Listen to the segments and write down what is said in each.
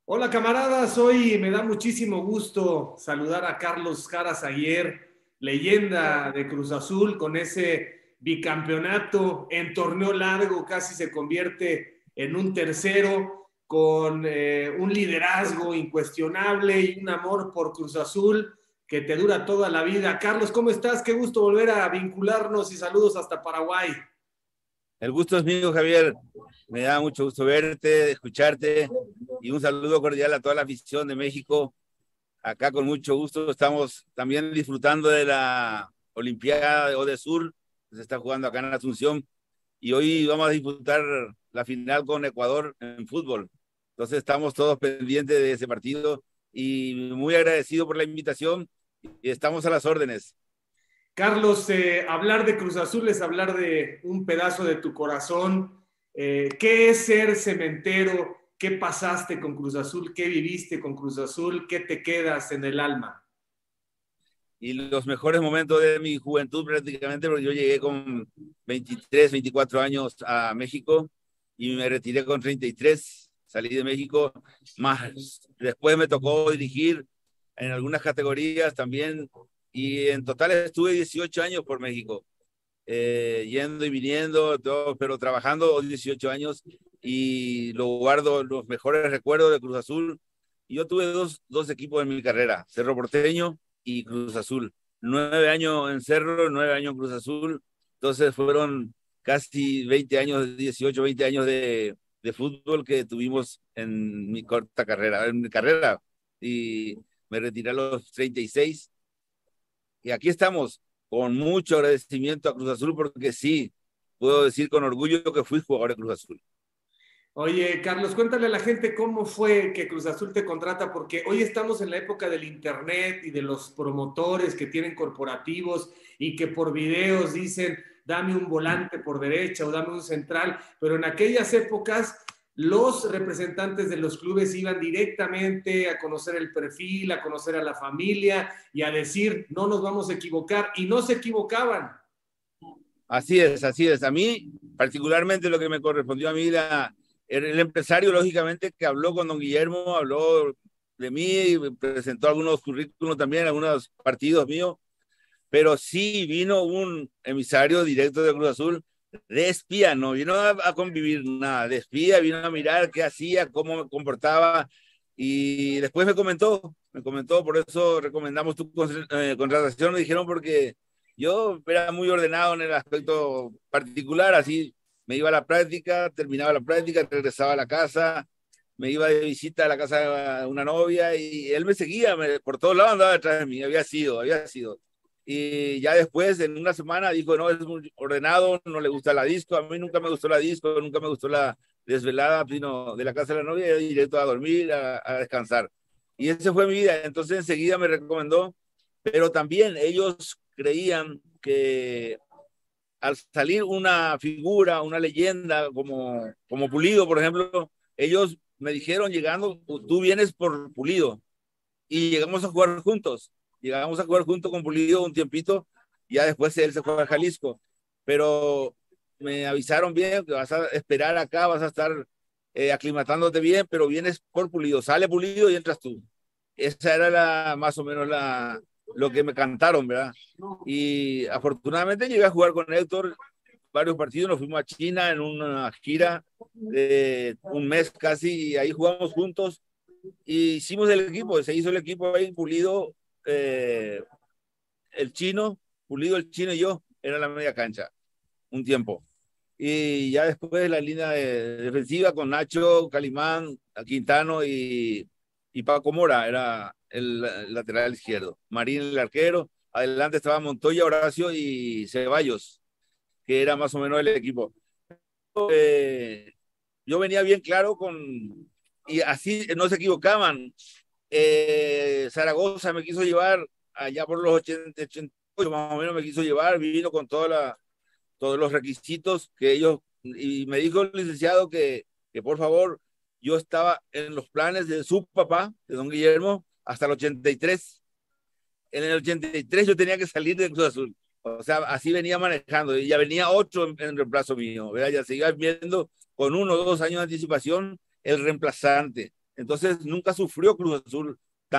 Hola camaradas, hoy me da muchísimo gusto saludar a Carlos Jara Aguirre, leyenda de Cruz Azul, con ese bicampeonato en torneo largo, casi se convierte en un tercero, con un liderazgo incuestionable y un amor por Cruz Azul que te dura toda la vida. Carlos, ¿cómo estás? Qué gusto volver a vincularnos y saludos hasta Paraguay. El gusto es mío, Javier. Me da mucho gusto verte, escucharte y un saludo cordial a toda la afición de México. Acá con mucho gusto estamos también disfrutando de la Olimpiada de Odesur, que se está jugando acá en Asunción, y hoy vamos a disputar la final con Ecuador en fútbol. Entonces estamos todos pendientes de ese partido y muy agradecido por la invitación y estamos a las órdenes. Carlos, hablar de Cruz Azul es hablar de un pedazo de tu corazón. ¿Qué es ser cementero? ¿Qué pasaste con Cruz Azul? ¿Qué viviste con Cruz Azul? ¿Qué te quedas en el alma? Y los mejores momentos de mi juventud prácticamente, porque yo llegué con 23, 24 años a México y me retiré con 33, salí de México, más después me tocó dirigir en algunas categorías también y en total estuve 18 años por México, yendo y viniendo, todo, pero trabajando 18 años y lo guardo los mejores recuerdos de Cruz Azul. Y yo tuve dos equipos en mi carrera, Cerro Porteño y Cruz Azul. 9 años en Cerro, 9 años en Cruz Azul. Entonces fueron casi 20 años, 18, 20 años de fútbol que tuvimos en mi corta carrera, en mi carrera. Y me retiré a los 36. Y aquí estamos, con mucho agradecimiento a Cruz Azul, porque sí, puedo decir con orgullo que fui jugador de Cruz Azul. Oye, Carlos, cuéntale a la gente cómo fue que Cruz Azul te contrata, porque hoy estamos en la época del internet y de los promotores que tienen corporativos y que por videos dicen, dame un volante por derecha o dame un central, pero en aquellas épocas los representantes de los clubes iban directamente a conocer el perfil, a conocer a la familia y a decir, no nos vamos a equivocar, y no se equivocaban. Así es, así es. A mí, particularmente lo que me correspondió a mí, el empresario, lógicamente, que habló con don Guillermo, habló de mí, y me presentó algunos currículos también, algunos partidos míos, pero sí vino un emisario directo de Cruz Azul de espía, no vino a convivir nada, de espía, vino a mirar qué hacía, cómo me comportaba, y después me comentó, por eso recomendamos tu contratación, me dijeron, porque yo era muy ordenado en el aspecto particular, así me iba a la práctica, terminaba la práctica, regresaba a la casa, me iba de visita a la casa de una novia y él me seguía, por todos lados andaba detrás de mí, había sido. Y ya después, en una semana, dijo, no, es muy ordenado, no le gusta la disco, a mí nunca me gustó la disco, nunca me gustó la desvelada, sino de la casa de la novia, directo a dormir, a descansar. Y esa fue mi vida, entonces enseguida me recomendó, pero también ellos creían que al salir una figura, una leyenda como Pulido, por ejemplo, ellos me dijeron llegando, tú vienes por Pulido, y llegamos a jugar juntos. Llegamos a jugar junto con Pulido un tiempito, y ya después él se fue a Jalisco. Pero me avisaron bien que vas a esperar acá, vas a estar aclimatándote bien, pero vienes por Pulido. Sale Pulido y entras tú. Esa era más o menos lo que me cantaron, ¿verdad? Y afortunadamente llegué a jugar con Héctor varios partidos, nos fuimos a China en una gira de un mes casi, y ahí jugamos juntos y hicimos el equipo, se hizo el equipo ahí, Pulido, eh, el chino, Pulido, el chino y yo, era la media cancha, un tiempo. Y ya después la línea defensiva con Nacho, Calimán, Quintano y Paco Mora, era el lateral izquierdo. Marín el arquero, adelante estaba Montoya, Horacio y Ceballos, que era más o menos el equipo. Eh, yo venía bien claro y así no se equivocaban. Zaragoza me quiso llevar allá por los 80, 88, más o menos me quiso llevar, vino con todos los requisitos que ellos, y me dijo el licenciado que por favor, yo estaba en los planes de su papá, de don Guillermo, hasta el 83. En el 83 yo tenía que salir de Cruz Azul. O sea, así venía manejando y ya venía otro en reemplazo mío, ¿verdad? Ya se iba viendo con 1 o 2 años de anticipación el reemplazante. Entonces nunca sufrió Cruz Azul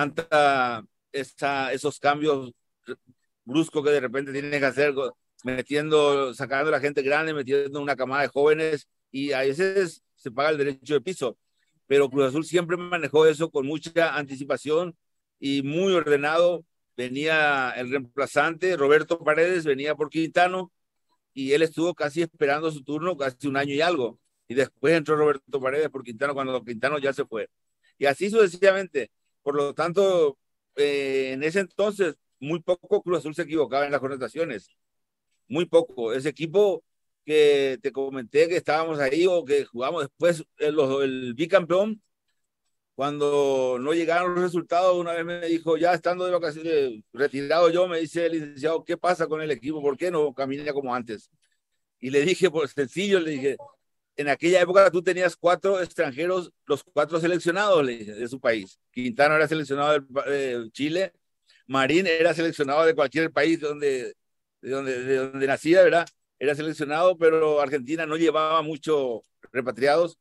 esos cambios bruscos que de repente tiene que hacer, sacando a la gente grande, metiendo una camada de jóvenes, y a veces se paga el derecho de piso. Pero Cruz Azul siempre manejó eso con mucha anticipación y muy ordenado. Venía el reemplazante, Roberto Paredes, venía por Quintano, y él estuvo casi esperando su turno, casi un año y algo. Y después entró Roberto Paredes por Quintano cuando Quintano ya se fue. Y así sucesivamente. Por lo tanto, en ese entonces, muy poco Cruz Azul se equivocaba en las connotaciones. Muy poco. Ese equipo que te comenté que estábamos ahí o que jugamos después, el bicampeón, cuando no llegaron los resultados, una vez me dijo, ya estando de vacaciones, retirado yo, me dice el licenciado, ¿qué pasa con el equipo? ¿Por qué no camina como antes? Y le dije, pues sencillo, le dije, en aquella época tú tenías 4 extranjeros, los 4 seleccionados, le dije, de su país. Quintano era seleccionado de Chile, Marín era seleccionado de cualquier país de donde nacía, ¿verdad? Era seleccionado, pero Argentina no llevaba mucho repatriados.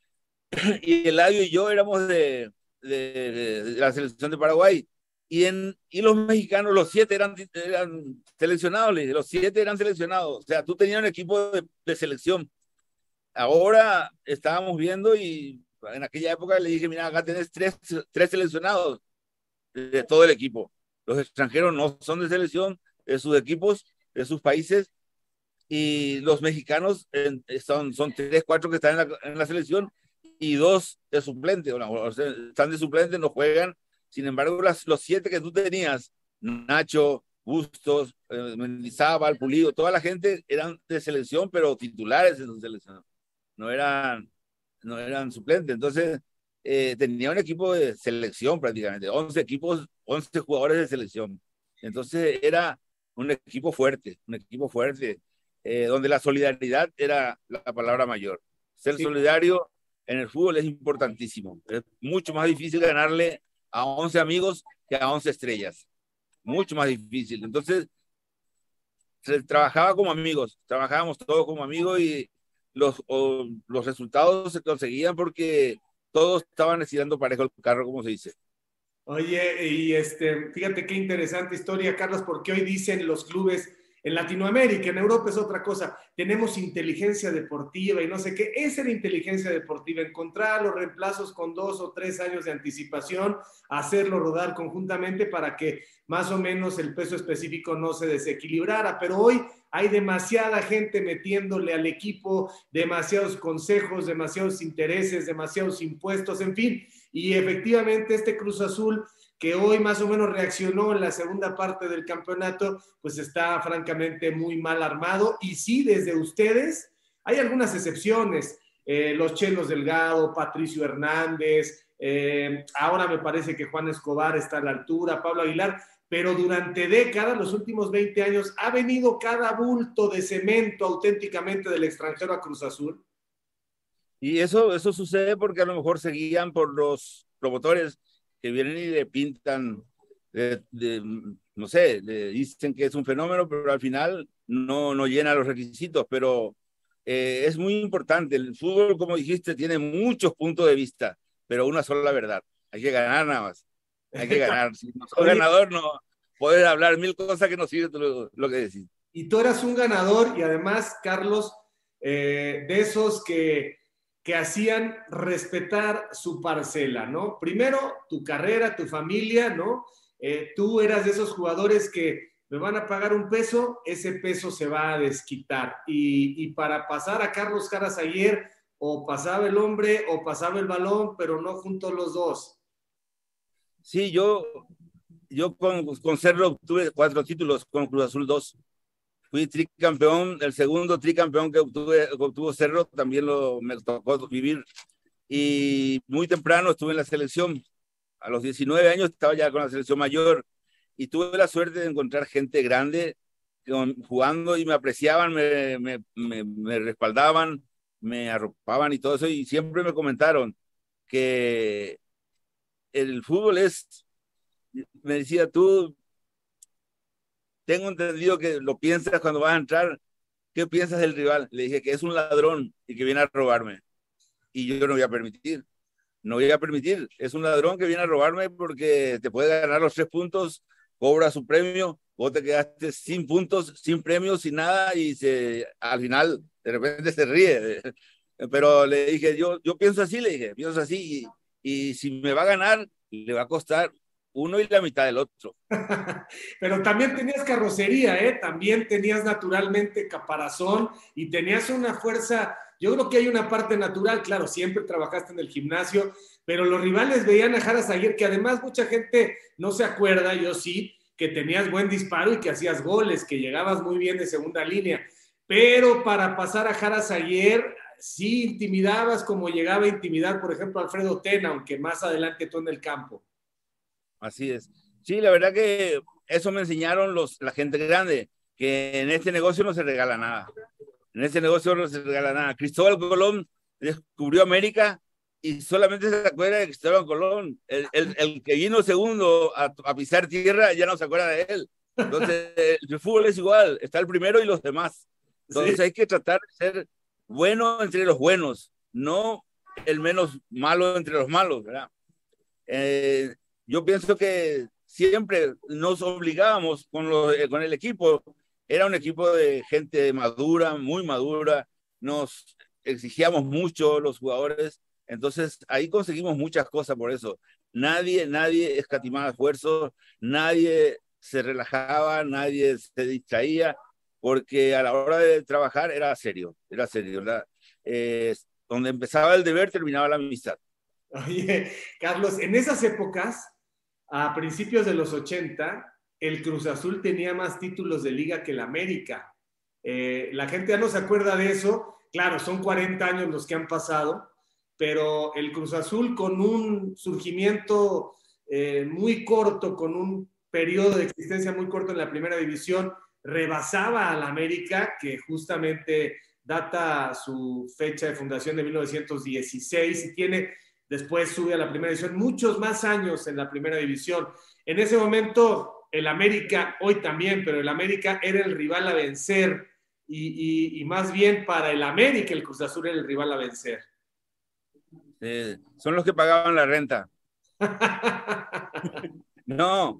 Y Eladio y yo éramos de la selección de Paraguay. Y los mexicanos, los 7 eran seleccionados, los 7 eran seleccionados. O sea, tú tenías un equipo de selección. Ahora estábamos viendo y en aquella época le dije, mira, acá tenés tres seleccionados de todo el equipo. Los extranjeros no son de selección, de sus equipos, de sus países, y los mexicanos son 3, 4 que están en la selección y 2 de suplente, o sea, están de suplente, no juegan. Sin embargo, los 7 que tú tenías, Nacho, Bustos, Mendizábal, Pulido, toda la gente eran de selección, pero titulares de su selección, no eran, no eran suplentes. Entonces, tenía un equipo de selección prácticamente, 11 equipos, 11 jugadores de selección. Entonces, era un equipo fuerte, donde la solidaridad era la palabra mayor. Ser Sí. solidario en el fútbol es importantísimo. Es mucho más difícil ganarle a 11 amigos que a 11 estrellas. Mucho más difícil. Entonces, se trabajaba como amigos, trabajábamos todos como amigos, y los resultados se conseguían porque todos estaban estirando parejo el carro, como se dice. Oye, y fíjate qué interesante historia, Carlos, porque hoy dicen los clubes en Latinoamérica, en Europa es otra cosa, tenemos inteligencia deportiva y no sé qué, esa era inteligencia deportiva, encontrar los reemplazos con 2 o 3 años de anticipación, hacerlo rodar conjuntamente para que más o menos el peso específico no se desequilibrara, pero hoy hay demasiada gente metiéndole al equipo, demasiados consejos, demasiados intereses, demasiados impuestos, en fin, y efectivamente este Cruz Azul que hoy más o menos reaccionó en la segunda parte del campeonato, pues está francamente muy mal armado. Y sí, desde ustedes, hay algunas excepciones, los Chelos Delgado, Patricio Hernández, ahora me parece que Juan Escobar está a la altura, Pablo Aguilar, pero durante décadas, los últimos 20 años, ha venido cada bulto de cemento auténticamente del extranjero a Cruz Azul. Y eso sucede porque a lo mejor se guían por los promotores que vienen y le pintan, no sé, le dicen que es un fenómeno, pero al final no llena los requisitos. Pero es muy importante. El fútbol, como dijiste, tiene muchos puntos de vista, pero una sola verdad. Hay que ganar nada más. Hay que ganar. Si no sos Oye, ganador, no puedes hablar 1000 cosas que no sirven lo que decís. y tú eras un ganador y además, Carlos, de esos que hacían respetar su parcela, ¿no? Primero, tu carrera, tu familia, ¿no? Tú eras de esos jugadores que me van a pagar un peso, ese peso se va a desquitar. Y para pasar a Carlos Caras ayer, o pasaba el hombre o pasaba el balón, pero no juntos los dos. Sí, yo con Cerro tuve 4 títulos, con Cruz Azul 2. Fui tricampeón, el segundo tricampeón que obtuvo Cerro, también me tocó vivir. Y muy temprano estuve en la selección. A los 19 años estaba ya con la selección mayor, y tuve la suerte de encontrar gente grande jugando, y me apreciaban, me respaldaban, me arropaban y todo eso. Y siempre me comentaron que el fútbol me decía, tú, tengo entendido que lo piensas cuando vas a entrar. ¿Qué piensas del rival? Le dije que es un ladrón y que viene a robarme. Y yo no voy a permitir. no voy a permitir. Es un ladrón que viene a robarme porque te puede ganar los 3 puntos, cobra su premio, vos te quedaste sin puntos, sin premios, sin nada y al final de repente se ríe. Pero le dije, yo pienso así, le dije, pienso así y si me va a ganar, le va a costar uno y la mitad del otro. Pero también tenías carrocería, ¿eh? También tenías naturalmente caparazón y tenías una fuerza. Yo creo que hay una parte natural, claro, siempre trabajaste en el gimnasio, pero los rivales veían a Jara Zaguer, que además mucha gente no se acuerda, yo sí, que tenías buen disparo y que hacías goles, que llegabas muy bien de segunda línea. Pero para pasar a Jara Zaguer, sí intimidabas como llegaba a intimidar, por ejemplo, Alfredo Tena, aunque más adelante tú en el campo. Así es. Sí, la verdad que eso me enseñaron la gente grande, que en este negocio no se regala nada. En este negocio no se regala nada. Cristóbal Colón descubrió América y solamente se acuerda de Cristóbal Colón. El que vino segundo a pisar tierra ya no se acuerda de él. Entonces, el fútbol es igual, está el primero y los demás. Sí. Entonces hay que tratar de ser bueno entre los buenos, no el menos malo entre los malos, ¿verdad? Eh, yo pienso que siempre nos obligábamos con el equipo. Era un equipo de gente madura, muy madura. Nos exigíamos mucho los jugadores. Entonces ahí conseguimos muchas cosas por eso. Nadie escatimaba esfuerzos, nadie se relajaba, nadie se distraía, porque a la hora de trabajar era serio, ¿verdad? Donde empezaba el deber, terminaba la amistad. Oye, Carlos, en esas épocas, a principios de los 80, el Cruz Azul tenía más títulos de liga que el América. La gente ya no se acuerda de eso. Claro, son 40 años los que han pasado, pero el Cruz Azul con un surgimiento muy corto, con un periodo de existencia muy corto en la primera división, rebasaba al América, que justamente data su fecha de fundación de 1916 y tiene. Después sube a la primera división, muchos más años en la primera división. En ese momento, el América, hoy también, pero el América era el rival a vencer y más bien para el América el Cruz Azul era el rival a vencer. Son los que pagaban la renta. No,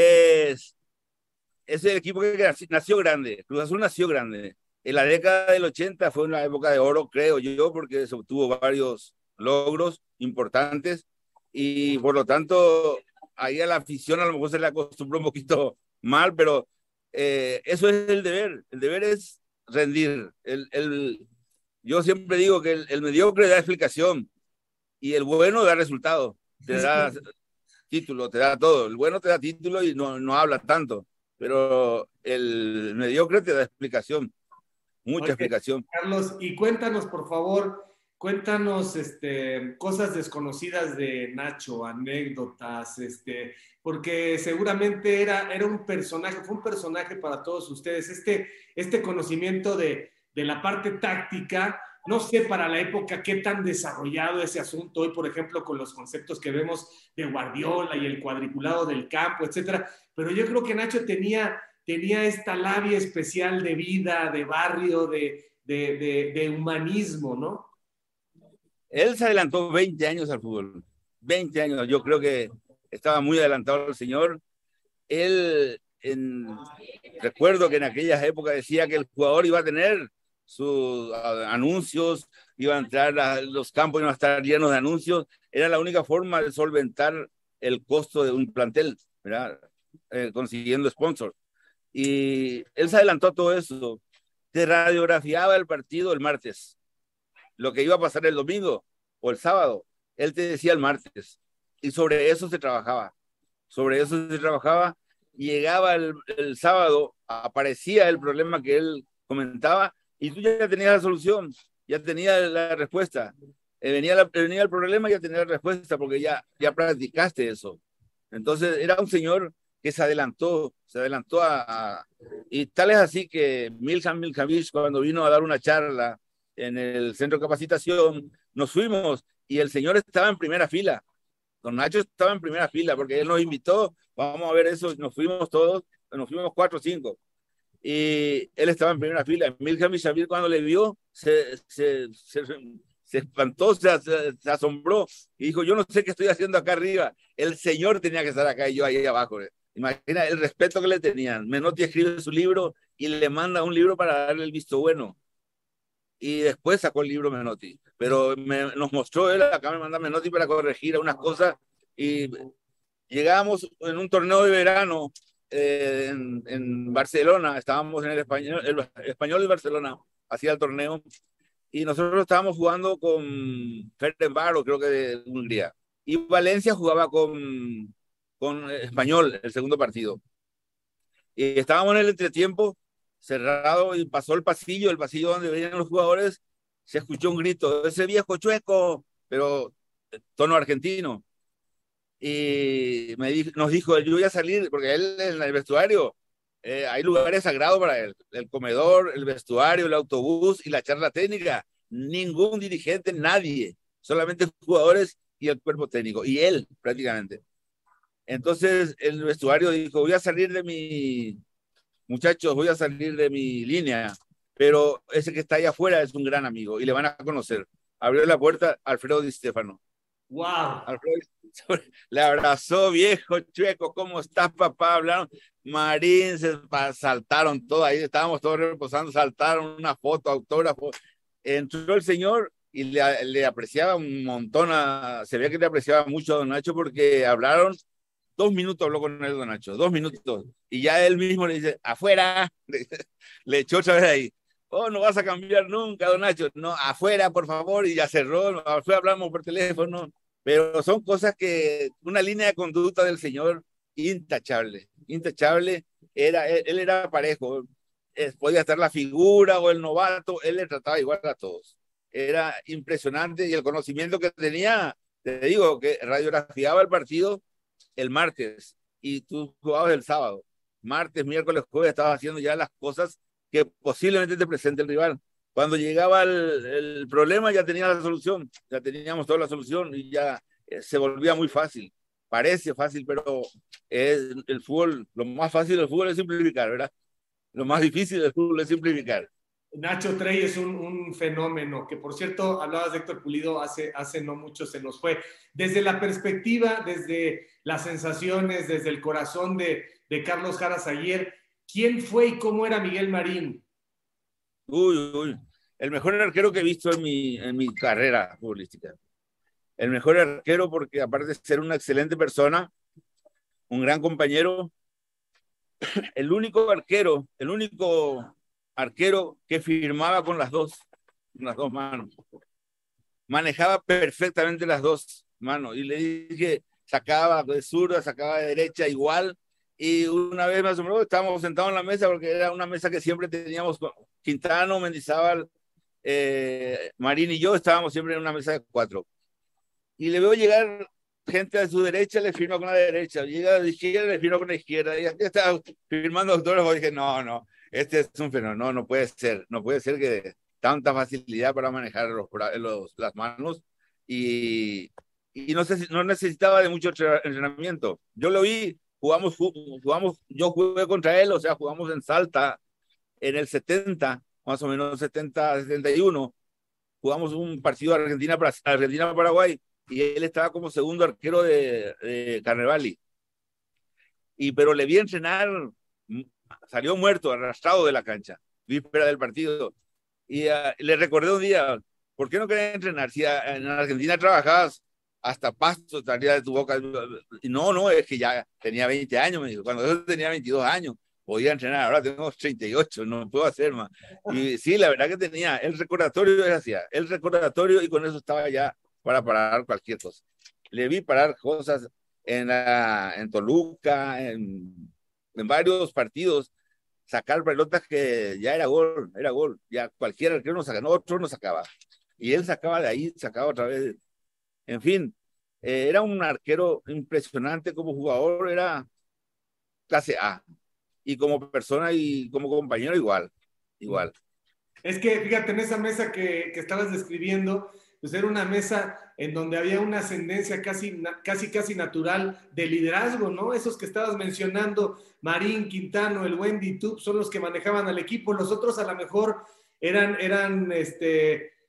es el equipo que nació grande. Cruz Azul nació grande. En la década del 80 fue una época de oro, creo yo, porque se obtuvo varios logros importantes y por lo tanto ahí a la afición a lo mejor se le acostumbró un poquito mal, pero eso es el deber. El deber es rendir. Yo siempre digo que el mediocre da explicación y el bueno da resultado. Te da título, te da todo. El bueno te da título y no habla tanto, pero el mediocre te da explicación, mucha Oye, explicación. Carlos, y cuéntanos, por favor, cuéntanos cosas desconocidas de Nacho, anécdotas, porque seguramente era un personaje, fue un personaje para todos ustedes. Este conocimiento de la parte táctica, no sé para la época qué tan desarrollado ese asunto hoy, por ejemplo, con los conceptos que vemos de Guardiola y el cuadriculado del campo, etcétera. Pero yo creo que Nacho tenía esta labia especial de vida, de barrio, de humanismo, ¿no? Él se adelantó 20 años al fútbol, 20 años, yo creo que estaba muy adelantado el señor. Él, recuerdo que en aquellas épocas decía que el jugador iba a tener sus anuncios, iba a entrar a los campos, iban a estar llenos de anuncios, era la única forma de solventar el costo de un plantel, ¿verdad? Consiguiendo sponsors. Y él se adelantó a todo eso, te radiografiaba el partido el martes, lo que iba a pasar el domingo o el sábado, él te decía el martes, y sobre eso se trabajaba, y llegaba el sábado, aparecía el problema que él comentaba, y tú ya tenías la solución, ya tenías la respuesta. Venía el problema y ya tenías la respuesta, porque ya practicaste eso. Entonces era un señor que se adelantó y tal es así que Miljan Miljavich, cuando vino a dar una charla en el centro de capacitación, nos fuimos y el señor estaba en primera fila. Don Nacho estaba en primera fila porque él nos invitó, vamos a ver eso, nos fuimos todos, nos fuimos 4 o 5. Y él estaba en primera fila. Miljan Miljavich cuando le vio, se espantó, se asombró y dijo, yo no sé qué estoy haciendo acá arriba. El señor tenía que estar acá y yo ahí abajo. Imagina el respeto que le tenían. Menotti escribe su libro y le manda un libro para darle el visto bueno. Y después sacó el libro Menotti. Pero nos mostró él, acá me manda Menotti para corregir unas cosas y llegamos en un torneo de verano en Barcelona, estábamos en el español de Barcelona, hacía el torneo, y nosotros estábamos jugando con Ferencváros, creo que de Hungría, y Valencia jugaba con Español el segundo partido. Y estábamos en el entretiempo cerrado y pasó el pasillo donde venían los jugadores, se escuchó un grito, ese viejo chueco, pero tono argentino. Y nos dijo, yo voy a salir, porque él en el vestuario hay lugares sagrados para él, el comedor, el vestuario, el autobús y la charla técnica. Ningún dirigente, nadie, solamente jugadores y el cuerpo técnico, y él prácticamente. Entonces el vestuario dijo, voy a salir de mi, muchachos, voy a salir de mi línea, pero ese que está ahí afuera es un gran amigo y le van a conocer. Abrió la puerta Alfredo Di Stéfano. ¡Wow! Alfredo le abrazó, viejo chueco, ¿cómo estás, papá? Hablaron, Marín, saltaron todos ahí, estábamos todos reposando, saltaron una foto, autógrafo. Entró el señor y le apreciaba un montón, se veía que le apreciaba mucho a don Nacho porque hablaron 2 minutos, habló con él don Nacho, 2 minutos, y ya él mismo le dice, afuera, le echó otra vez ahí. Oh, no vas a cambiar nunca, don Nacho. No, afuera, por favor, y ya cerró. Afuera hablamos por teléfono. Pero son cosas que, una línea de conducta del señor intachable, intachable. Él era parejo, podía estar la figura o el novato, él le trataba igual a todos. Era impresionante y el conocimiento que tenía, te digo, que radiografiaba el partido el martes y tú jugabas el sábado. Martes, miércoles, jueves, estabas haciendo ya las cosas que posiblemente te presente el rival. Cuando llegaba el problema ya tenía la solución, ya teníamos toda la solución y ya se volvía muy fácil. Parece fácil, pero el fútbol, lo más fácil del fútbol es simplificar, ¿verdad? Lo más difícil del fútbol es simplificar. Nacho Trey es un fenómeno, que por cierto, hablabas de Héctor Pulido, hace no mucho se nos fue. Desde la perspectiva, desde las sensaciones, desde el corazón de Carlos Jara Aguirre, ¿quién fue y cómo era Miguel Marín? Uy, el mejor arquero que he visto en mi carrera futbolística. El mejor arquero porque aparte de ser una excelente persona, un gran compañero, el único arquero que firmaba con las dos manos. Manejaba perfectamente las dos manos y le dije, sacaba de zurda, sacaba de derecha igual. Y una vez me asombró, estábamos sentados en la mesa porque era una mesa que siempre teníamos con Quintano, Mendizábal, Marín y yo, estábamos siempre en una mesa de 4. Y le veo llegar gente a su derecha, le firma con la derecha, llega a la izquierda, le firma con la izquierda, y ya estaba firmando autógrafos. Dije, no, este es un fenómeno, no puede ser que tanta facilidad para manejar las manos y no necesitaba de mucho entrenamiento. Yo lo vi, jugamos, yo jugué contra él, o sea, jugamos en Salta en el 70, más o menos 70, 71, jugamos un partido Argentina-Paraguay y él estaba como segundo arquero de Carnevali. Pero le vi entrenar, salió muerto, arrastrado de la cancha, víspera del partido. Y le recordé un día, ¿por qué no querías entrenar? Si en Argentina trabajabas hasta pasto, salía de tu boca. Y no, es que ya tenía 20 años, me dijo. Cuando yo tenía 22 años, podía entrenar. Ahora tengo 38, no puedo hacer más. Y sí, la verdad que tenía el recordatorio, el recordatorio y con eso estaba ya para parar cualquier cosa. Le vi parar cosas en Toluca, en varios partidos, sacar pelotas que ya era gol, ya cualquier arquero no sacaba, otro no sacaba. Y él sacaba de ahí, sacaba otra vez. En fin, era un arquero impresionante como jugador, era clase A. Y como persona y como compañero igual. Es que, fíjate, en esa mesa que estabas describiendo, pues era una mesa en donde había una ascendencia casi natural de liderazgo, ¿no? Esos que estabas mencionando, Marín, Quintano, el Wendy Tup, son los que manejaban al equipo. Los otros a lo mejor eran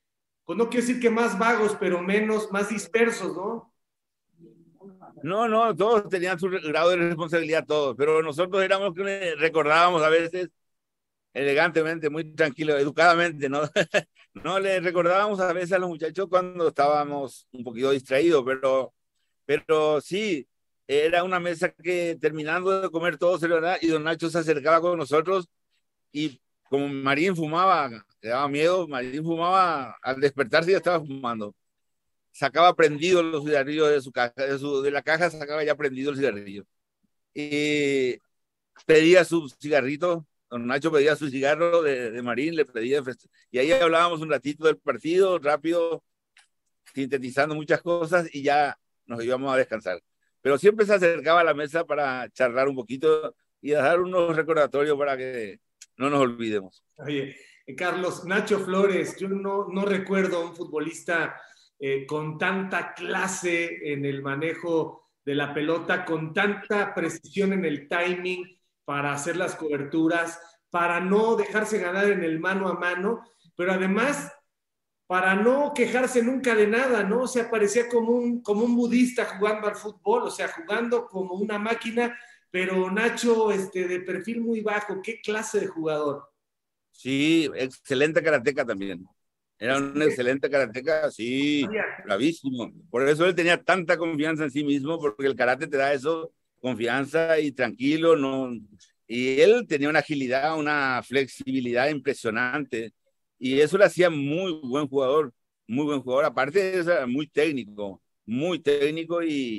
pues no quiero decir que más vagos, pero menos, más dispersos, ¿no? No, no, todos tenían su grado de responsabilidad, todos, pero nosotros éramos que recordábamos a veces elegantemente, muy tranquilo, educadamente, ¿no? No le recordábamos a veces a los muchachos cuando estábamos un poquito distraídos, pero sí, era una mesa que terminando de comer todo se lo da y don Nacho se acercaba con nosotros y como Marín fumaba, le daba miedo, Marín fumaba, al despertarse ya estaba fumando. Sacaba prendido los cigarrillos de su caja, de la caja sacaba ya prendido el cigarrillo. Y pedía su cigarrito, don Nacho pedía su cigarro de Marín, le pedía, y ahí hablábamos un ratito del partido, rápido, sintetizando muchas cosas y ya nos íbamos a descansar. Pero siempre se acercaba a la mesa para charlar un poquito y dar unos recordatorios para que no nos olvidemos. Oye, Carlos, Nacho Flores, yo no recuerdo a un futbolista con tanta clase en el manejo de la pelota, con tanta precisión en el timing para hacer las coberturas, para no dejarse ganar en el mano a mano, pero además para no quejarse nunca de nada, ¿no? O sea, parecía como un budista jugando al fútbol, o sea, jugando como una máquina, pero Nacho, de perfil muy bajo, ¿qué clase de jugador? Sí, excelente karateca también. Era un excelente karateca, sí, bravísimo. Por eso él tenía tanta confianza en sí mismo, porque el karate te da eso, confianza y tranquilo, no. Y él tenía una agilidad, una flexibilidad impresionante. Y eso le hacía muy buen jugador, muy buen jugador. Aparte de eso, era muy técnico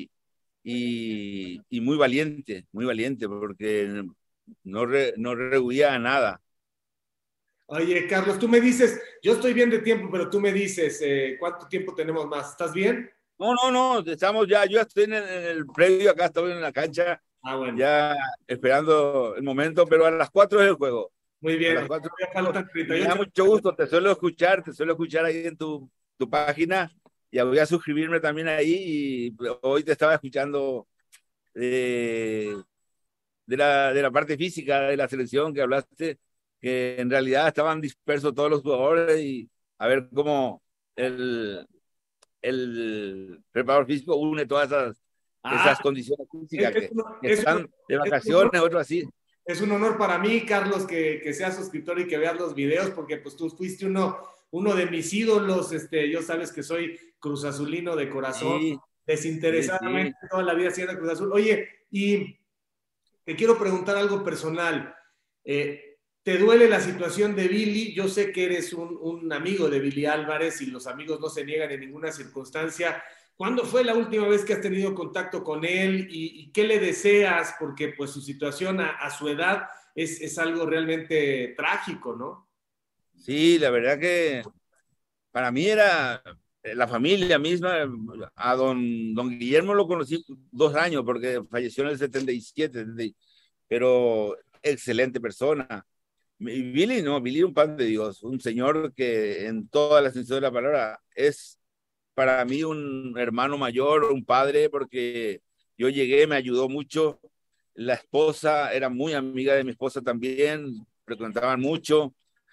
y muy valiente, porque no rehuía a nada. Oye, Carlos, tú me dices, yo estoy bien de tiempo, pero tú me dices, ¿cuánto tiempo tenemos más? ¿Estás bien? No, no, no, estamos ya, yo estoy en el predio, acá estoy en la cancha, Ah, bueno, ya esperando el momento, pero a las 4 es el juego. muy A bien. las 4 Todavía es el juego. faltan Y me da 38. mucho gusto, te suelo escuchar ahí en tu página. Ya voy a suscribirme también ahí y hoy te estaba escuchando de la parte física de la selección que hablaste, que en realidad estaban dispersos todos los jugadores y a ver cómo el preparador físico une todas Ah, esas condiciones es, físicas es un, que es un- están de es un honor, vacaciones, otros así. es un honor para mí, Carlos, que seas suscriptor y que veas los videos, porque pues tú fuiste uno de mis ídolos. Yo sabes que soy Cruz Azulino de corazón, Sí, sí, desinteresadamente sí. toda la vida siendo Cruz Azul. Oye, y te quiero preguntar algo personal. ¿Te duele la situación de Billy? Yo sé que eres un amigo de Billy Álvarez y los amigos no se niegan en ninguna circunstancia. ¿Cuándo fue la última vez que has tenido contacto con él y qué le deseas? Porque pues su situación a su edad es algo realmente trágico, ¿no? Sí, la verdad que para mí era la familia misma. A don Guillermo lo conocí 2 años porque falleció en el 77, pero excelente persona. Y Billy, no, Billy un pan de Dios, un señor que en toda la extensión de la palabra es para mí un hermano mayor, un padre, porque yo llegué, me ayudó mucho. La esposa era muy amiga de mi esposa también, frecuentaban mucho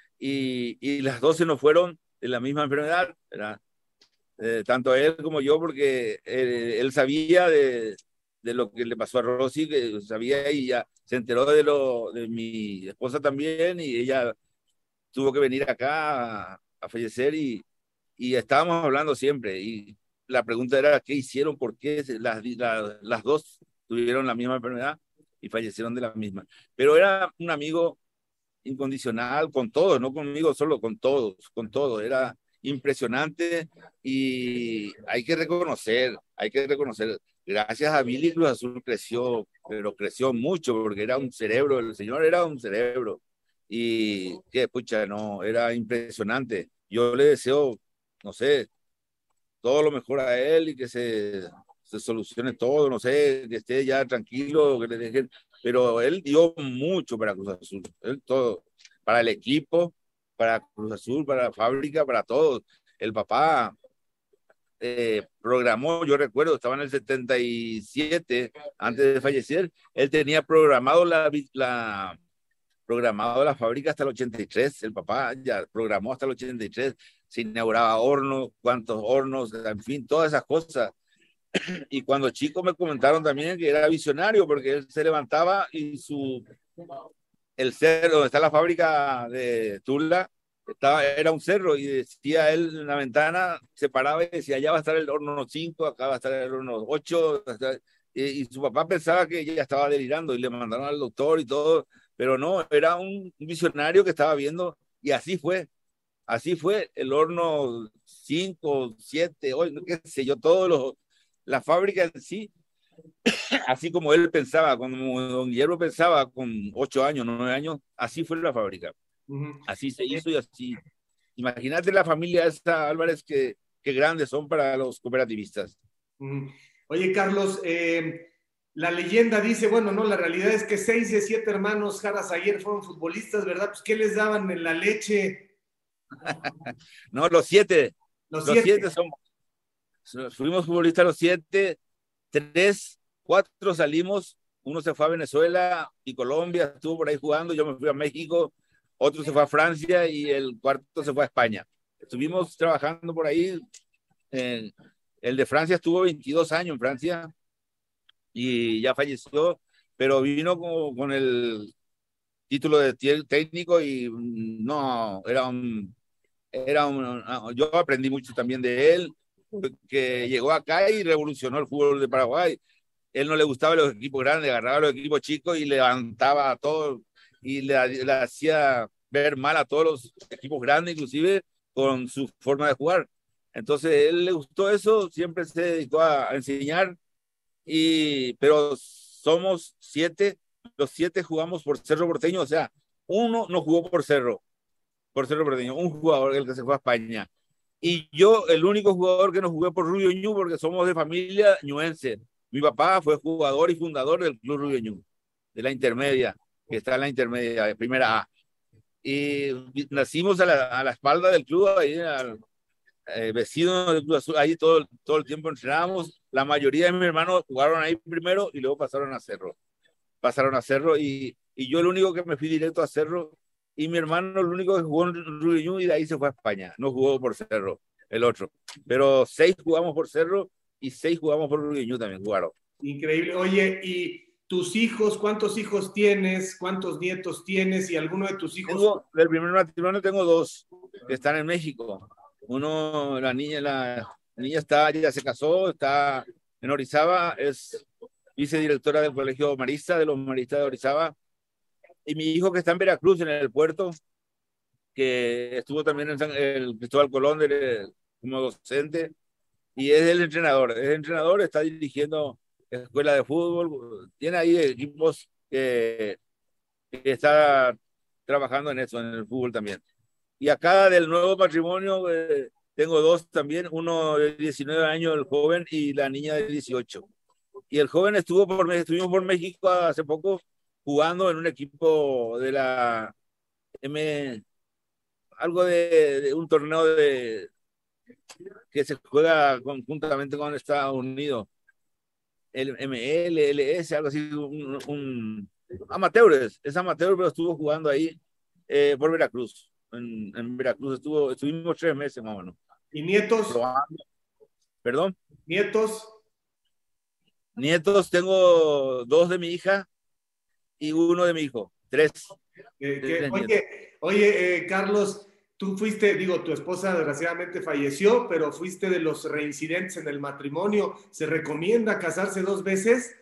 y las dos se nos fueron de la misma enfermedad, ¿verdad? Tanto él como yo, porque él sabía de lo que le pasó a Rosy, que sabía y ya se enteró de mi esposa también y ella tuvo que venir acá a fallecer y estábamos hablando siempre y la pregunta era qué hicieron, por qué las dos tuvieron la misma enfermedad y fallecieron de la misma. Pero era un amigo incondicional con todos, no conmigo solo, con todos, con todo. Era impresionante y hay que reconocer, gracias a Billy Cruz Azul creció, pero creció mucho porque era un cerebro, el señor era un cerebro y que pucha, no, era impresionante. Yo le deseo, no sé, todo lo mejor a él y que se solucione todo, no sé, que esté ya tranquilo, que le dejen, pero él dio mucho para Cruz Azul, él todo, para el equipo, para Cruz Azul, para la fábrica, para todos. El papá programó, yo recuerdo, estaba en el 77, antes de fallecer, él tenía programado programado la fábrica hasta el 83, el papá ya programó hasta el 83, se inauguraba hornos, cuántos hornos, en fin, todas esas cosas. Y cuando chico me comentaron también que era visionario porque él se levantaba y el cerro donde está la fábrica de Tula era un cerro y decía él en la ventana, se paraba y decía, allá va a estar el horno 5, acá va a estar el horno 8. Y su papá pensaba que ella estaba delirando y le mandaron al doctor y todo, pero no, era un visionario que estaba viendo y así fue el horno 5, 7, hoy, qué sé yo, la fábrica en sí, así como él pensaba, como don Guillermo pensaba con 8 años, 9 años, así fue la fábrica. Ujú. Así se hizo y así. Imagínate la familia esta, Álvarez, que grandes son para los cooperativistas. Ujú. Oye, Carlos, la leyenda dice, bueno, no, la realidad es que 6 de 7 hermanos Jara ayer fueron futbolistas, ¿verdad? Pues, ¿qué les daban en la leche? No, los 7, Los los siete. 7 fuimos futbolistas los 7, 3, 4 salimos, uno se fue a Venezuela y Colombia, estuvo por ahí jugando, yo me fui a México, otro se fue a Francia y el cuarto se fue a España. Estuvimos trabajando por ahí. eh, el de Francia estuvo 22 años en Francia y ya falleció, pero vino con el título de técnico y no, yo aprendí mucho también de él, que llegó acá y revolucionó el fútbol de Paraguay. Él no le gustaba los equipos grandes, agarraba los equipos chicos y levantaba a todos y le hacía ver mal a todos los equipos grandes, inclusive con su forma de jugar. Entonces, él le gustó eso, siempre se dedicó a enseñar, pero somos 7, los 7 jugamos por Cerro Porteño, o sea, uno no jugó por Cerro Porteño, un jugador, el que se fue a España. Y yo, el único jugador que no jugué por Rubio Ñu, porque somos de familia ñuense. Mi papá fue jugador y fundador del Club Rubio Ñu, de la intermedia, que está en la intermedia, de primera A. Y nacimos a la espalda del club, ahí vecinos del Club Azul, ahí todo el tiempo entrenábamos. La mayoría de mis hermanos jugaron ahí primero y luego pasaron a Cerro y yo el único que me fui directo a Cerro y mi hermano el único que jugó en Rubiñú y de ahí se fue a España, no jugó por Cerro, el otro, pero 6 jugamos por Cerro y 6 jugamos por Rubiñú también jugaron. Increíble. Oye, ¿y tus hijos, cuántos hijos tienes? ¿Cuántos nietos tienes? ¿Y alguno de tus hijos? Del primer matrimonio tengo 2 que están en México. Uno, la niña ya se casó, está en Orizaba, es vicedirectora del Colegio Marista, de los Maristas de Orizaba. Y mi hijo que está en Veracruz, en el puerto, que estuvo también en el Cristóbal Colón como docente, y es entrenador, está dirigiendo escuela de fútbol, tiene ahí equipos que está trabajando en eso, en el fútbol también. Y acá del nuevo matrimonio tengo 2 también, uno de 19 años, el joven, y la niña de 18. Y el joven estuvimos por México hace poco jugando en un equipo de la M, algo de un torneo que se juega conjuntamente con Estados Unidos, el MLS, algo así, amateurs, es amateur, pero estuvo jugando ahí por Veracruz. En Veracruz estuvimos 3 meses más o menos. ¿Y nietos? Probando. Perdón. ¿Nietos? Nietos, tengo 2 de mi hija y 1 de mi hijo. 3. Nietos. Oye, Carlos, tú fuiste, digo, tu esposa desgraciadamente falleció, pero fuiste de los reincidentes en el matrimonio. ¿Se recomienda casarse 2 veces?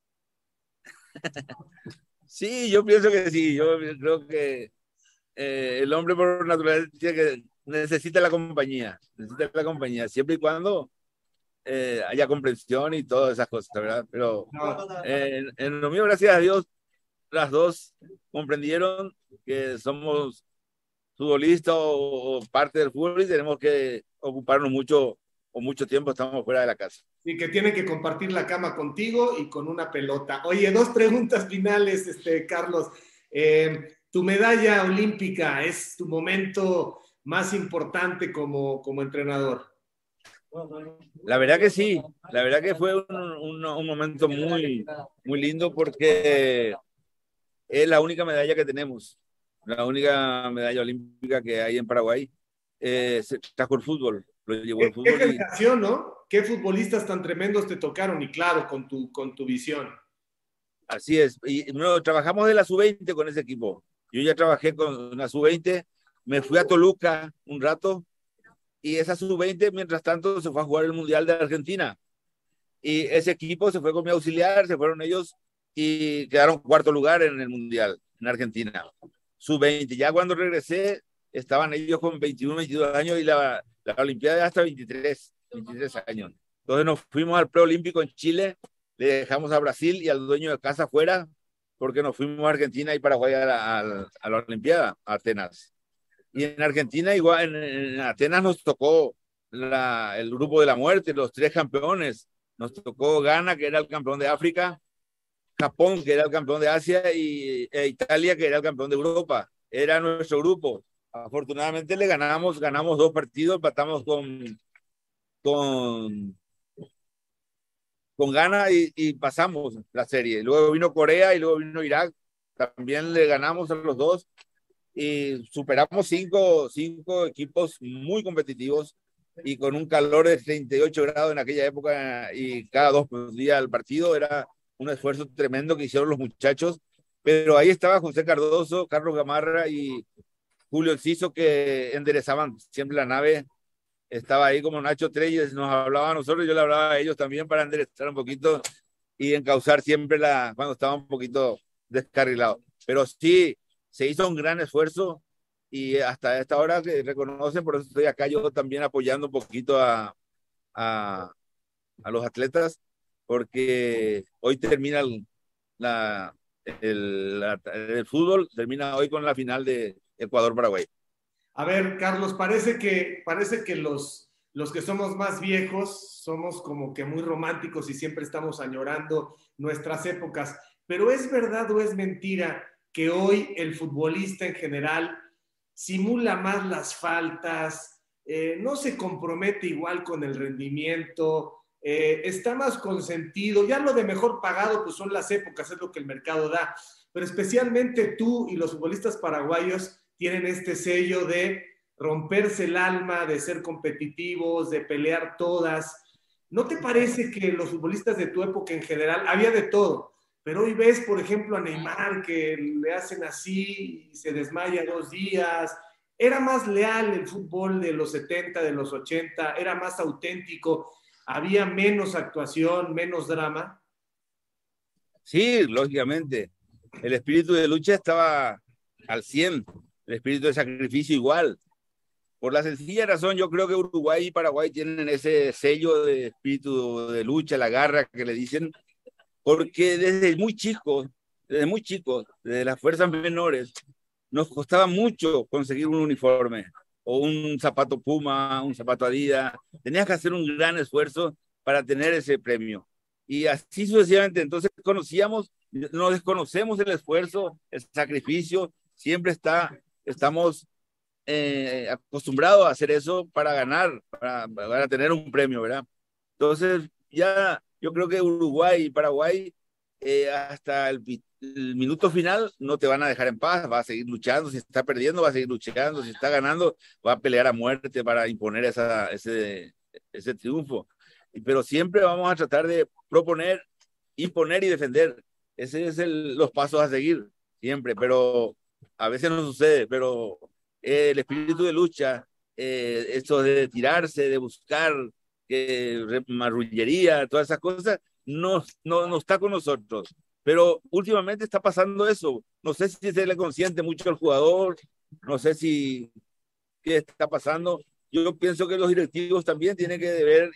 Sí, yo pienso que sí. Yo creo que el hombre por naturaleza necesita la compañía. Necesita la compañía, siempre y cuando haya comprensión y todas esas cosas, ¿verdad? Pero No. en lo mío, gracias a Dios, las 2 comprendieron que somos futbolistas o parte del fútbol y tenemos que ocuparnos mucho o mucho tiempo estamos fuera de la casa. Y que tiene que compartir la cama contigo y con una pelota. Oye, 2 preguntas finales, Carlos. Tu medalla olímpica es tu momento más importante como entrenador. La verdad que sí, la verdad que fue un momento muy, muy lindo porque es la única medalla que tenemos, la única medalla olímpica que hay en Paraguay. se trajo el fútbol, lo llevó el ¿Qué fútbol. generación, no? ¿Qué futbolistas tan tremendos te tocaron? Y claro, con tu visión. Así es. Y no, trabajamos de la sub-20 con ese equipo. Yo ya trabajé con la sub-20, me fui a Toluca un rato y esa sub-20, mientras tanto, se fue a jugar el Mundial de Argentina. Y ese equipo se fue con mi auxiliar, se fueron ellos y quedaron cuarto lugar en el Mundial en Argentina. Sub-20. Ya cuando regresé, estaban ellos con 21, 22 años y la Olimpiada hasta 23 años. Entonces nos fuimos al preolímpico en Chile, le dejamos a Brasil y al dueño de casa afuera, porque nos fuimos a Argentina y Paraguay a la Olimpiada, a Atenas. Y en Argentina, igual, en Atenas nos tocó el grupo de la muerte, los tres campeones. Nos tocó Ghana, que era el campeón de África, Japón, que era el campeón de Asia, e Italia, que era el campeón de Europa. Era nuestro grupo. Afortunadamente le ganamos 2 partidos, empatamos con, con Ghana y pasamos la serie. Luego vino Corea y luego vino Irak. También le ganamos a los dos y superamos cinco equipos muy competitivos y con un calor de 38 grados en aquella época y cada 2 días el partido. Era un esfuerzo tremendo que hicieron los muchachos, pero ahí estaba José Cardoso, Carlos Gamarra y Julio Enciso, que enderezaban siempre la nave. Estaba ahí como Nacho Treyes, nos hablaba a nosotros, yo le hablaba a ellos también para enderezar un poquito y encauzar siempre cuando estaba un poquito descarrilado. Pero sí, se hizo un gran esfuerzo y hasta esta hora que reconocen, por eso estoy acá yo también apoyando un poquito a, a los atletas, porque hoy termina el fútbol, termina hoy con la final de Ecuador-Paraguay. A ver, Carlos, parece que los que somos más viejos somos como que muy románticos y siempre estamos añorando nuestras épocas. Pero ¿es verdad o es mentira que hoy el futbolista en general simula más las faltas, no se compromete igual con el rendimiento, está más consentido? Ya lo de mejor pagado, pues son las épocas, es lo que el mercado da. Pero especialmente tú y los futbolistas paraguayos tienen este sello de romperse el alma, de ser competitivos, de pelear todas. ¿No te parece que los futbolistas de tu época en general, había de todo, pero hoy ves, por ejemplo, a Neymar que le hacen así y se desmaya 2 días? Era más leal el fútbol de los 70, de los 80, era más auténtico, había menos actuación, menos drama. Sí, lógicamente. El espíritu de lucha estaba al 100, el espíritu de sacrificio igual. Por la sencilla razón, yo creo que Uruguay y Paraguay tienen ese sello de espíritu de lucha, la garra que le dicen, porque desde muy chicos, desde las fuerzas menores, nos costaba mucho conseguir un uniforme o un zapato Puma, un zapato Adidas. Tenías que hacer un gran esfuerzo para tener ese premio. Y así sucesivamente, entonces no desconocemos el esfuerzo, el sacrificio, siempre estamos acostumbrados a hacer eso para ganar, para tener un premio, ¿verdad? Entonces, ya yo creo que Uruguay y Paraguay, hasta el minuto final, no te van a dejar en paz, va a seguir luchando, si está perdiendo, va a seguir luchando, si está ganando, va a pelear a muerte para imponer ese triunfo. Pero siempre vamos a tratar de proponer, imponer y defender. Ese es los pasos a seguir, siempre, pero a veces no sucede, pero el espíritu de lucha, esto de tirarse, de buscar marrullería, todas esas cosas, no está con nosotros. Pero últimamente está pasando eso. No sé si se le consiente mucho al jugador, no sé si qué está pasando. Yo pienso que los directivos también tienen que deber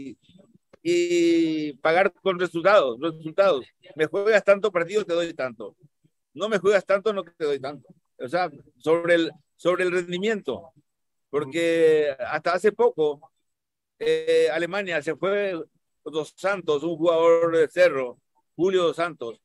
y pagar con resultados. Me juegas tanto partido, te doy tanto. No me juegas tanto, no te doy tanto. O sea, sobre el rendimiento. Porque hasta hace poco Alemania se fue Dos Santos, un jugador de Cerro, Julio Dos Santos,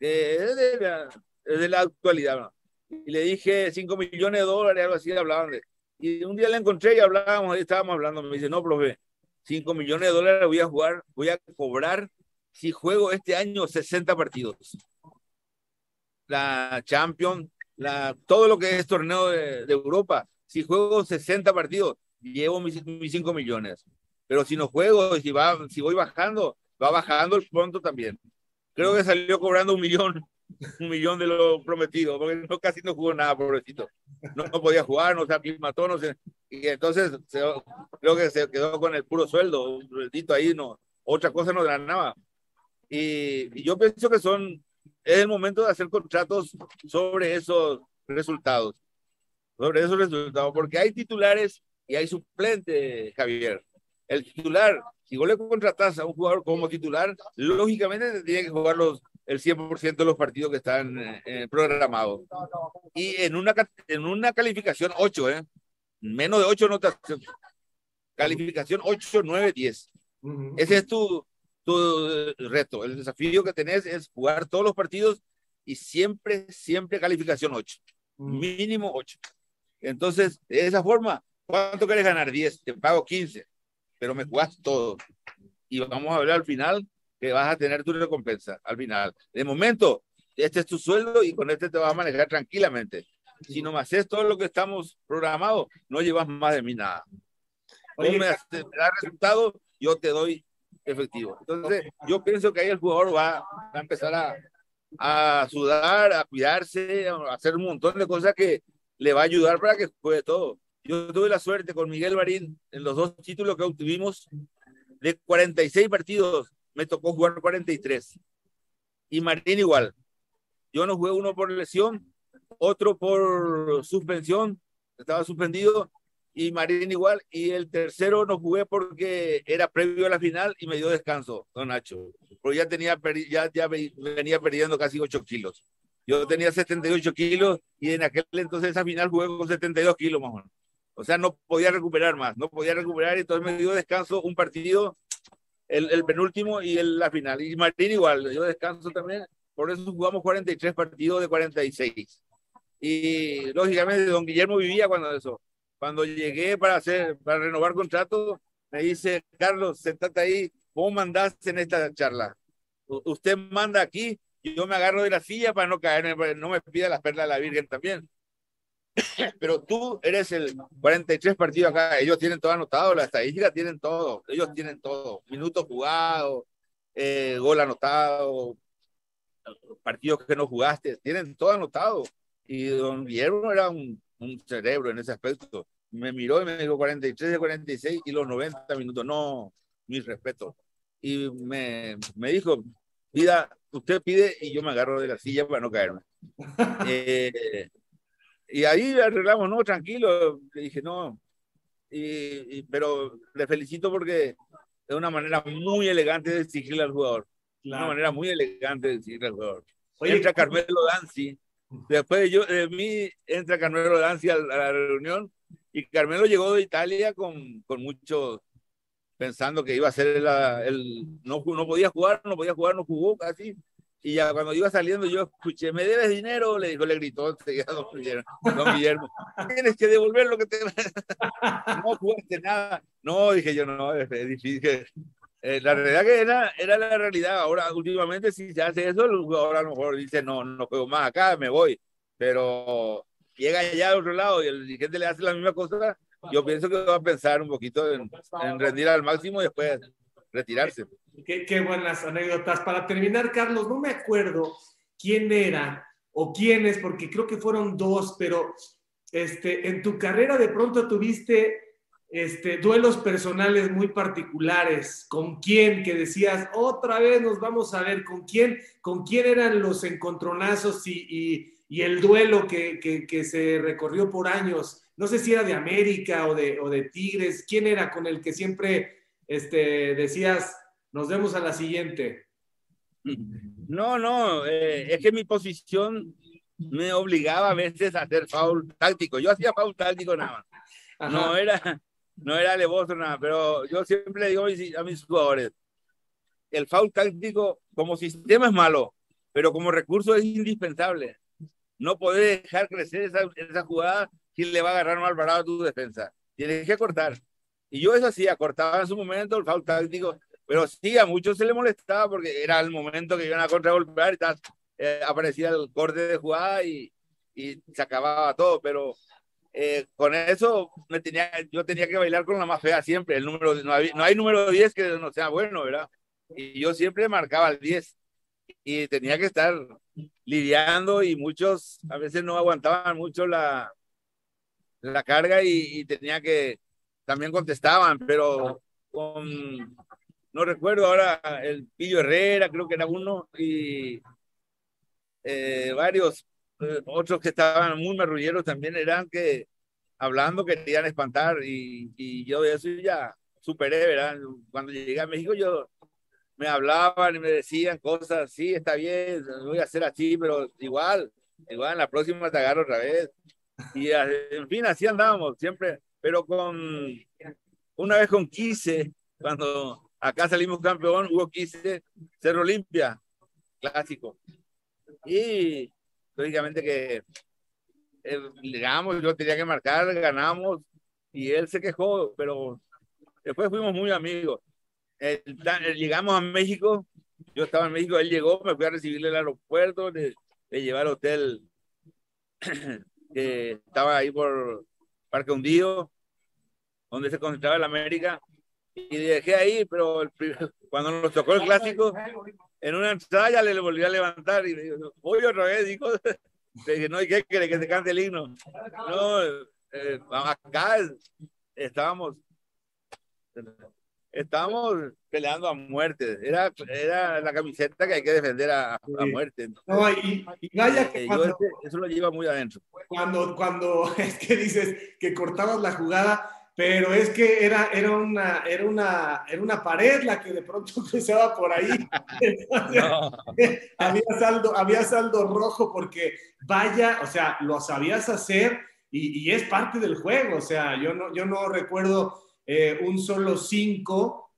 es de la actualidad, ¿no? Y le dije 5 millones de dólares, algo así, hablaban de. Y un día le encontré y hablábamos, ahí estábamos hablando, me dice, no, profe, 5 millones de dólares voy a cobrar si juego este año 60 partidos. La Champions, todo lo que es torneo de Europa, si juego 60 partidos, llevo mis 5 millones. Pero si no juego, si voy bajando, va bajando el pronto también. Creo que salió cobrando 1 millón de lo prometido, porque casi no jugó nada, pobrecito. No podía jugar, no se aclimató, no sé. Y entonces creo que se quedó con el puro sueldo, un sueldito ahí, no, otra cosa no ganaba. Y yo pienso que es el momento de hacer contratos sobre esos resultados, porque hay titulares y hay suplentes, Javier. El titular, si vos le contratás a un jugador como titular, lógicamente tiene que jugar el 100% de los partidos que están programados. Y en una calificación 8, menos de 8 notas, calificación 8, 9, 10. Ese es tu reto. El desafío que tenés es jugar todos los partidos y siempre calificación 8. Mínimo 8. Entonces, de esa forma, ¿cuánto querés ganar? 10, te pago 15, pero me jugás todo. Y vamos a ver al final que vas a tener tu recompensa al final. De momento, este es tu sueldo y con este te vas a manejar tranquilamente. Si no me haces todo lo que estamos programados, no llevas más de mí nada. Vos me das resultado, yo te doy efectivo. Entonces, yo pienso que ahí el jugador va a empezar a sudar, a cuidarse, a hacer un montón de cosas que le va a ayudar para que juegue todo. Yo tuve la suerte con Miguel Marín en los 2 títulos que obtuvimos. De 46 partidos, me tocó jugar 43. Y Marín igual. Yo no jugué, uno por lesión, otro por suspensión, estaba suspendido, y Marín igual. Y el tercero no jugué porque era previo a la final y me dio descanso, don Nacho. Porque ya venía perdiendo casi 8 kilos. Yo tenía 78 kilos y en aquel entonces esa final jugué con 72 kilos más o menos. O sea, no podía recuperar más, y entonces me dio descanso un partido, el penúltimo y la final. Y Martín igual, dio descanso también, por eso jugamos 43 partidos de 46. Y lógicamente don Guillermo vivía cuando llegué para renovar contrato, me dice: Carlos, sentate ahí, vos mandás en esta charla. Usted manda aquí, y yo me agarro de la silla para no caerme, no me pida las perlas de la Virgen también. Pero tú eres el 43 partidos acá, ellos tienen todo anotado, la estadística tienen todo, ellos tienen todo, minutos jugados, gol anotado, partidos que no jugaste, tienen todo anotado. Y don Guillermo era un cerebro en ese aspecto. Me miró y me dijo 43 de 46 y los 90 minutos, no, mi respeto. Y me dijo: usted pide y yo me agarro de la silla para no caerme. Y ahí arreglamos, no, tranquilo. Le dije, no, pero le felicito porque es una manera muy elegante de exigirle al jugador. Claro. Una manera muy elegante de exigirle al jugador. Oye, entra Carmelo Danzi, después de mí entra Carmelo Danzi a la reunión, y Carmelo llegó de Italia con mucho, pensando que iba a ser no podía jugar, no jugó casi. Y ya cuando iba saliendo yo escuché: ¿me debes dinero? Le gritó don Guillermo, tienes que devolver lo que te... No jugaste nada. No, dije yo, no, es difícil. La realidad que era la realidad. Ahora, últimamente, si se hace eso, el jugador a lo mejor dice: no juego más acá, me voy. Pero llega allá al otro lado y el dirigente le hace la misma cosa, yo pienso que va a pensar un poquito en rendir al máximo y después retirarse. Qué buenas anécdotas. Para terminar, Carlos, no me acuerdo quién era o quiénes, porque creo que fueron 2, pero en tu carrera de pronto tuviste duelos personales muy particulares. ¿Con quién? Que decías, otra vez nos vamos a ver. ¿Con quién eran los encontronazos y el duelo que se recorrió por años? No sé si era de América o de Tigres. ¿Quién era con el que siempre decías: nos vemos a la siguiente? No, es que mi posición me obligaba a veces a hacer foul táctico. Yo hacía foul táctico nada más. No era alevoso nada, pero yo siempre le digo a mis jugadores: el foul táctico como sistema es malo, pero como recurso es indispensable. No podés dejar crecer esa jugada si le va a agarrar mal parado a tu defensa. Tienes que cortar. Y yo eso hacía, cortaba en su momento el foul táctico, pero sí, a muchos se le molestaba porque era el momento que iban a contragolpear y aparecía el corte de jugada y se acababa todo. Pero con eso yo tenía que bailar con la más fea siempre. No hay número 10 que no sea bueno, ¿verdad? Y yo siempre marcaba el 10 y tenía que estar lidiando y muchos a veces no aguantaban mucho la carga y tenía que, también contestaban, pero con, no recuerdo ahora, el Pillo Herrera creo que era uno y varios otros que estaban muy marrulleros también eran que hablando querían espantar y yo eso ya superé, ¿verdad? Cuando llegué a México yo me hablaban y me decían cosas, sí, está bien, voy a hacer así, pero igual, la próxima te agarro otra vez. Y en fin, así andábamos siempre, pero una vez con Quise, cuando acá salimos campeón, hubo Quise, Cerro Olimpia, clásico. Y lógicamente que llegamos, yo tenía que marcar, ganamos, y él se quejó, pero después fuimos muy amigos. Llegamos a México, yo estaba en México, él llegó, me fui a recibirle al aeropuerto, le llevé al hotel que estaba ahí por Parque Hundido, donde se concentraba el América, y dejé ahí, pero cuando nos tocó el clásico, en una entrada ya le volví a levantar y le digo, voy otra vez, dijo, le dije, no, ¿y qué quiere? Que se cante el himno. No, acá estábamos peleando a muerte. Era la camiseta que hay que defender a muerte. No, y vaya que eso lo lleva muy adentro. Cuando es que dices que cortabas la jugada, pero es que era una pared la que de pronto cruzaba por ahí. Entonces, no. había saldo rojo porque vaya, o sea, lo sabías hacer y es parte del juego. O sea, yo no recuerdo un solo 5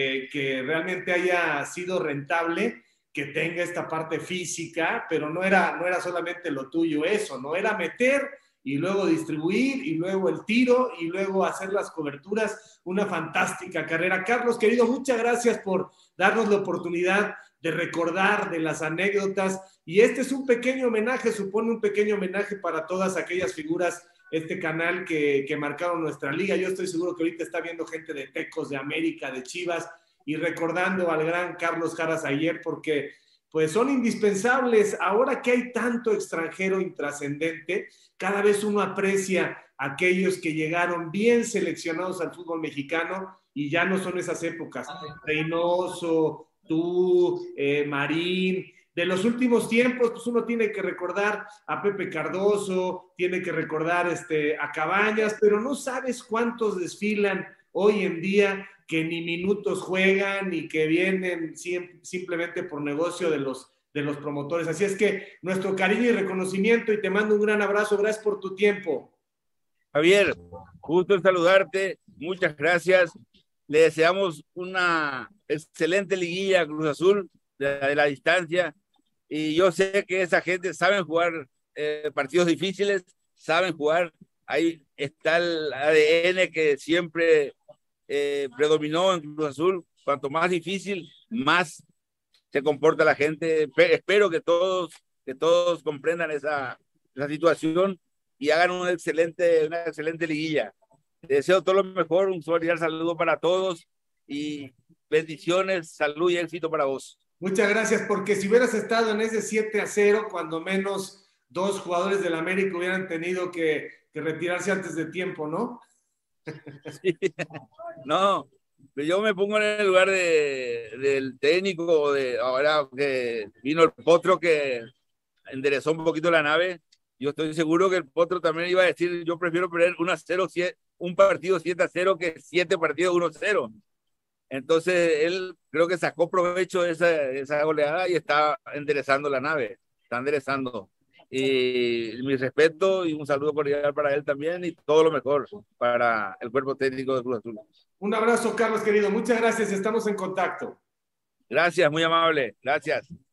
que realmente haya sido rentable, que tenga esta parte física, pero no era solamente lo tuyo eso, no era meter y luego distribuir y luego el tiro y luego hacer las coberturas. Una fantástica carrera. Carlos, querido, muchas gracias por darnos la oportunidad de recordar de las anécdotas, y este es un pequeño homenaje, supone un pequeño homenaje para todas aquellas figuras, este canal que marcaron nuestra liga. Yo estoy seguro que ahorita está viendo gente de Tecos, de América, de Chivas, y recordando al gran Carlos Jaras Ayer, porque pues son indispensables. Ahora que hay tanto extranjero intrascendente, cada vez uno aprecia a aquellos que llegaron bien seleccionados al fútbol mexicano y ya no son esas épocas. Reynoso, tú, Marín. De los últimos tiempos, pues uno tiene que recordar a Pepe Cardoso, tiene que recordar a Cabañas, pero no sabes cuántos desfilan hoy en día que ni minutos juegan y que vienen simplemente por negocio de los promotores. Así es que nuestro cariño y reconocimiento, y te mando un gran abrazo. Gracias por tu tiempo. Javier, gusto en saludarte, muchas gracias. Le deseamos una excelente liguilla a Cruz Azul de la distancia, y yo sé que esa gente sabe jugar partidos difíciles, saben jugar. Ahí está el ADN que siempre predominó en Cruz Azul. Cuanto más difícil, más se comporta la gente. Espero que todos comprendan esa situación y hagan una excelente liguilla. Les deseo todo lo mejor, un cordial saludo para todos y bendiciones, salud y éxito para vos. Muchas gracias, porque si hubieras estado en ese 7-0, cuando menos 2 jugadores del América hubieran tenido que retirarse antes de tiempo, ¿no? Sí. No, yo me pongo en el lugar del técnico, ahora que vino el Potro que enderezó un poquito la nave. Yo estoy seguro que el Potro también iba a decir, yo prefiero perder un partido 7-0 que 7 partidos 1-0. Entonces él creo que sacó provecho de esa goleada y está enderezando la nave, está enderezando. Y mi respeto y un saludo cordial para él también, y todo lo mejor para el cuerpo técnico de Cruz Azul. Un abrazo, Carlos, querido. Muchas gracias. Estamos en contacto. Gracias, muy amable. Gracias.